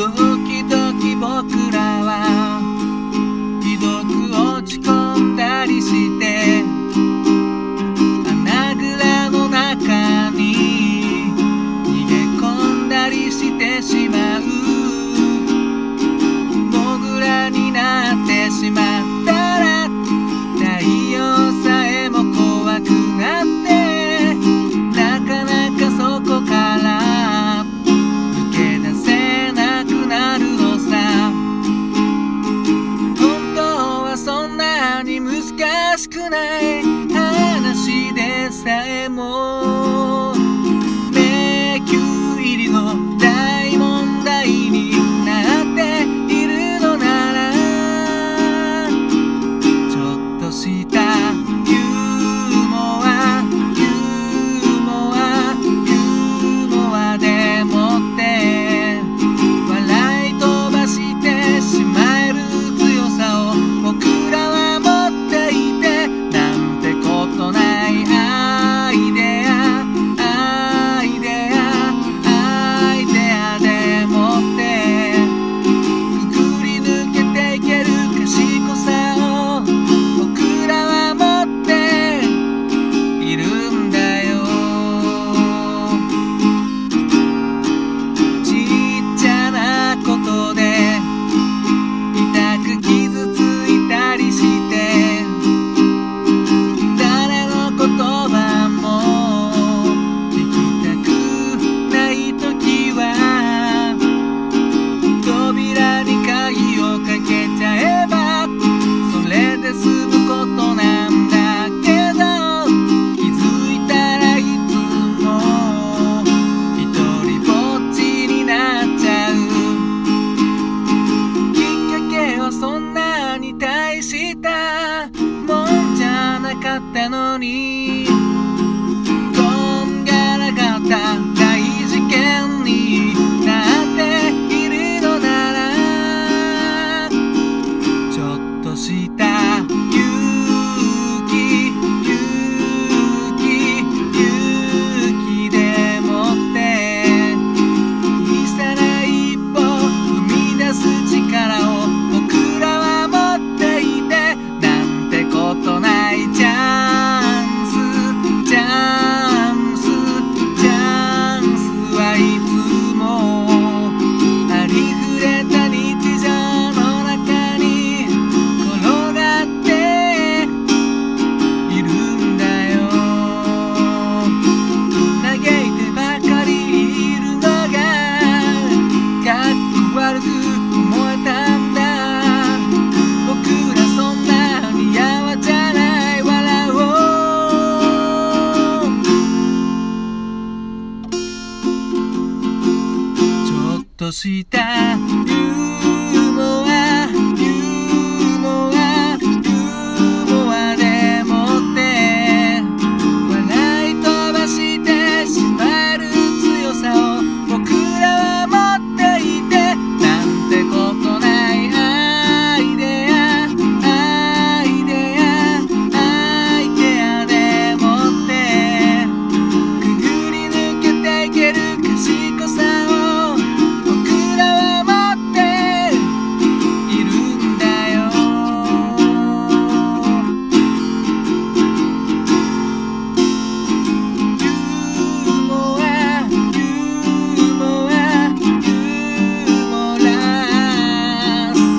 時々僕らはひどく落ち込んだりして穴蔵の中に逃げ込んだりしてしまう。モグラになってしまったら太陽さえも怖くなってなかなかそこから抜け出せなくなるのさ。本当はそんなに難しくない話でさえも迷宮入りの大問題になっているのなら、ちょっとしたユーモアでもって笑い飛ばしてしまえる強さを僕らは持っていて、なんてことないアイデアでもってくぐり抜けていける賢さを僕らは持っているんだよ。ちっちゃなことで痛く傷ついたりして誰の言葉も聞きたくないときは扉に鍵をかけちゃえばそれで済むことなんだけど、気づいたらいつも一人ぼっちになっちゃう。きっかけはそんなに大したもんじゃなかったのに、こんがらがった大事件になっているのなら、ちょっとした勇気でもって小さな一歩踏み出す力を僕らは持っていて、なんてことないチャンスはいつもありふれた日常の中に転がっているんだよ。嘆いてばかりいるのがかっこ悪く思えたんだ。僕らそんなにやわじゃない笑おう。ちょっとしたユーモアでもって笑い飛ばしてしまえる強さを僕らは持っていて、なんてことないアイデアでもってくぐり抜けていける賢さを僕らは持っているんだよ。ユーモラス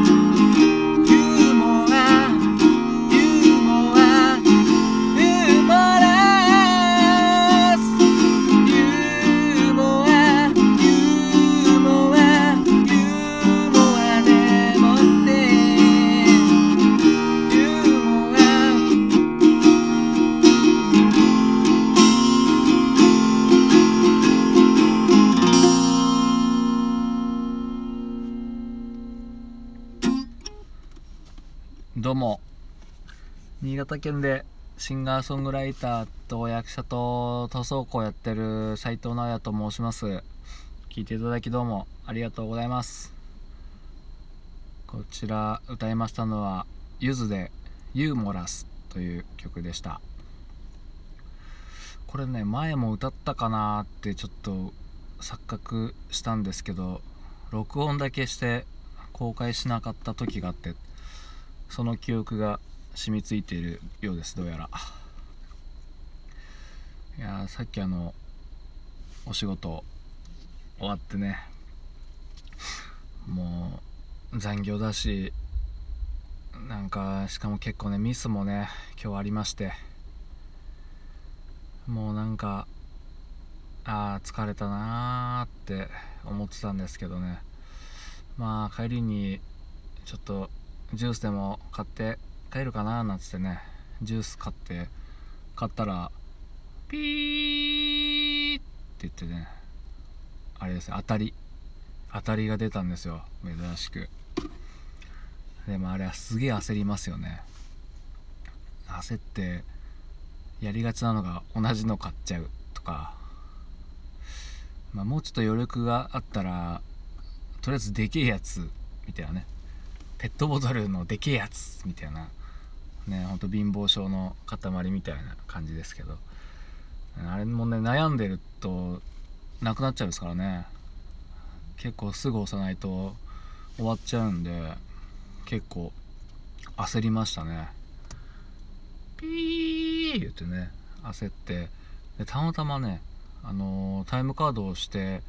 でもってどうも、新潟県でシンガーソングライターと役者と塗装工をやってる斉藤直也と申します。聞いていただきどうもありがとうございます。こちら歌いましたのはゆずでユーモラスという曲でした。これね、前も歌ったかなってちょっと錯覚したんですけど、 録音だけして公開しなかった時があって、その記憶が染みついているようです。どうやら。いやさっきお仕事終わってね、もう残業だし、なんかしかも結構ねミスもね今日ありまして、もうなんか疲れたなーって思ってたんですけどね、まあ帰りにちょっとジュースでも買って帰るかななんつってね、ジュース買ったらピーって言ってね、あれですね、当たりが出たんですよ、珍しく。でもあれはすげえ焦りますよね。焦ってやりがちなのが同じの買っちゃうとか、もうちょっと余力があったらとりあえずでけえやつみたいなね、ペットボトルのでけえやつみたいなね、ほんと貧乏症の塊みたいな感じですけど、あれもね悩んでるとなくなっちゃうんですからね。結構すぐ押さないと終わっちゃうんで、結構焦りましたね。ピー言ってね焦って、でたまたまねタイムカードをして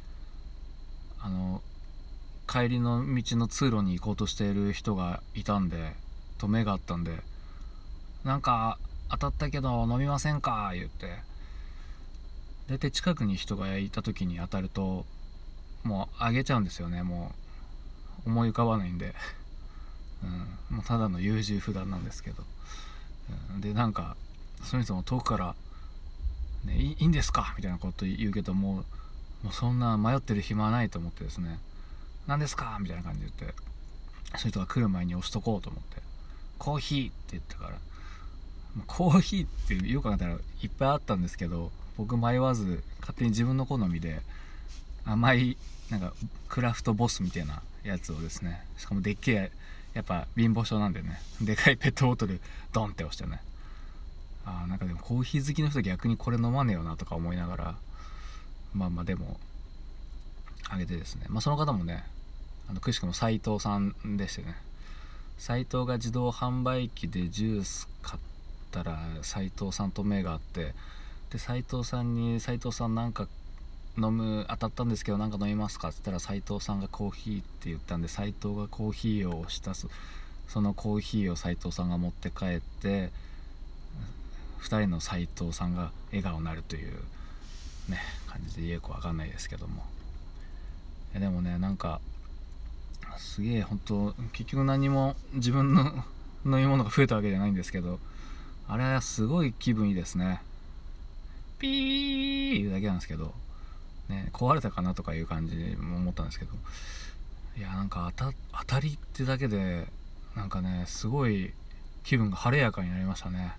帰りの道の通路に行こうとしている人がいたんで、と目があったんで、なんか当たったけど飲みませんか言って、大体近くに人がいた時に当たるともうあげちゃうんですよね。もう思い浮かばないんでもうただの優柔不断なんですけど、でなんかその人も遠くからね、いいんですかみたいなこと言うけどもうそんな迷ってる暇はないと思ってですね、何ですかみたいな感じで言って、その人が来る前に押しとこうと思って、コーヒーって言ったから、コーヒーってよく考えたらいっぱいあったんですけど、僕迷わず勝手に自分の好みで甘いなんかクラフトボスみたいなやつをですね、しかもでっけえ、やっぱ貧乏症なんでね、でかいペットボトルドンって押してね、なんかでもコーヒー好きの人逆にこれ飲まねえよなとか思いながら、でもあげてですね、その方もねくしくも斉藤さんでしてね、斉藤が自動販売機でジュース買ったら斉藤さんと目があって、で斉藤さんに斉藤さんなんか当たったんですけどなんか飲みますかって言ったら斉藤さんがコーヒーって言ったんで、斉藤がコーヒーを押した、そのコーヒーを斉藤さんが持って帰って2人の斉藤さんが笑顔になるというね感じでよくわかんないですけども、でもねなんかすげえ本当結局何も自分の飲み物が増えたわけじゃないんですけど、あれはすごい気分いいですね。ピー言うだけなんですけどね、壊れたかなとかいう感じも思ったんですけど、いやなんか当たりってだけでなんかねすごい気分が晴れやかになりましたね。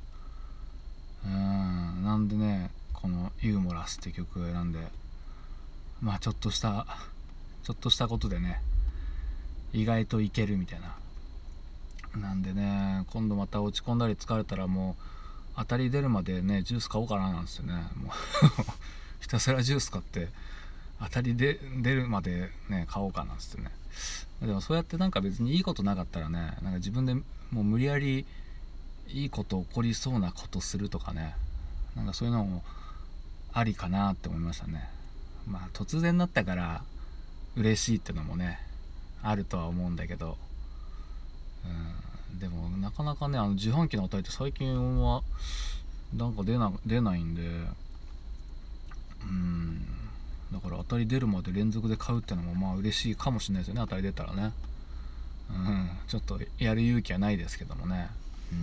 なんでねこのユーモラスって曲を選んで、ちょっとしたことでね意外といけるみたいな。なんでね今度また落ち込んだり疲れたらもう当たり出るまでねジュース買おうかななんですよね。もうひたすらジュース買って当たりで出るまでね買おうかなんつってね。でもそうやってなんか別にいいことなかったらね、なんか自分でもう無理やりいいこと起こりそうなことするとかね、なんかそういうのもありかなって思いましたね。突然だったから嬉しいってのもねあるとは思うんだけど、でもなかなかね自販機の当たりって最近はなんか出ないんで、だから当たり出るまで連続で買うってのも嬉しいかもしれないですよね。当たり出たらね、ちょっとやる勇気はないですけどもね。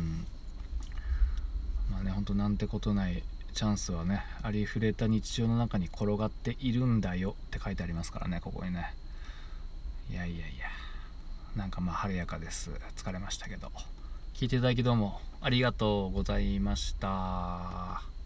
ほんとなんてことないチャンスはねありふれた日常の中に転がっているんだよって書いてありますからね、ここにね。いやなんか晴れやかです。疲れましたけど、聞いていただきどうもありがとうございました。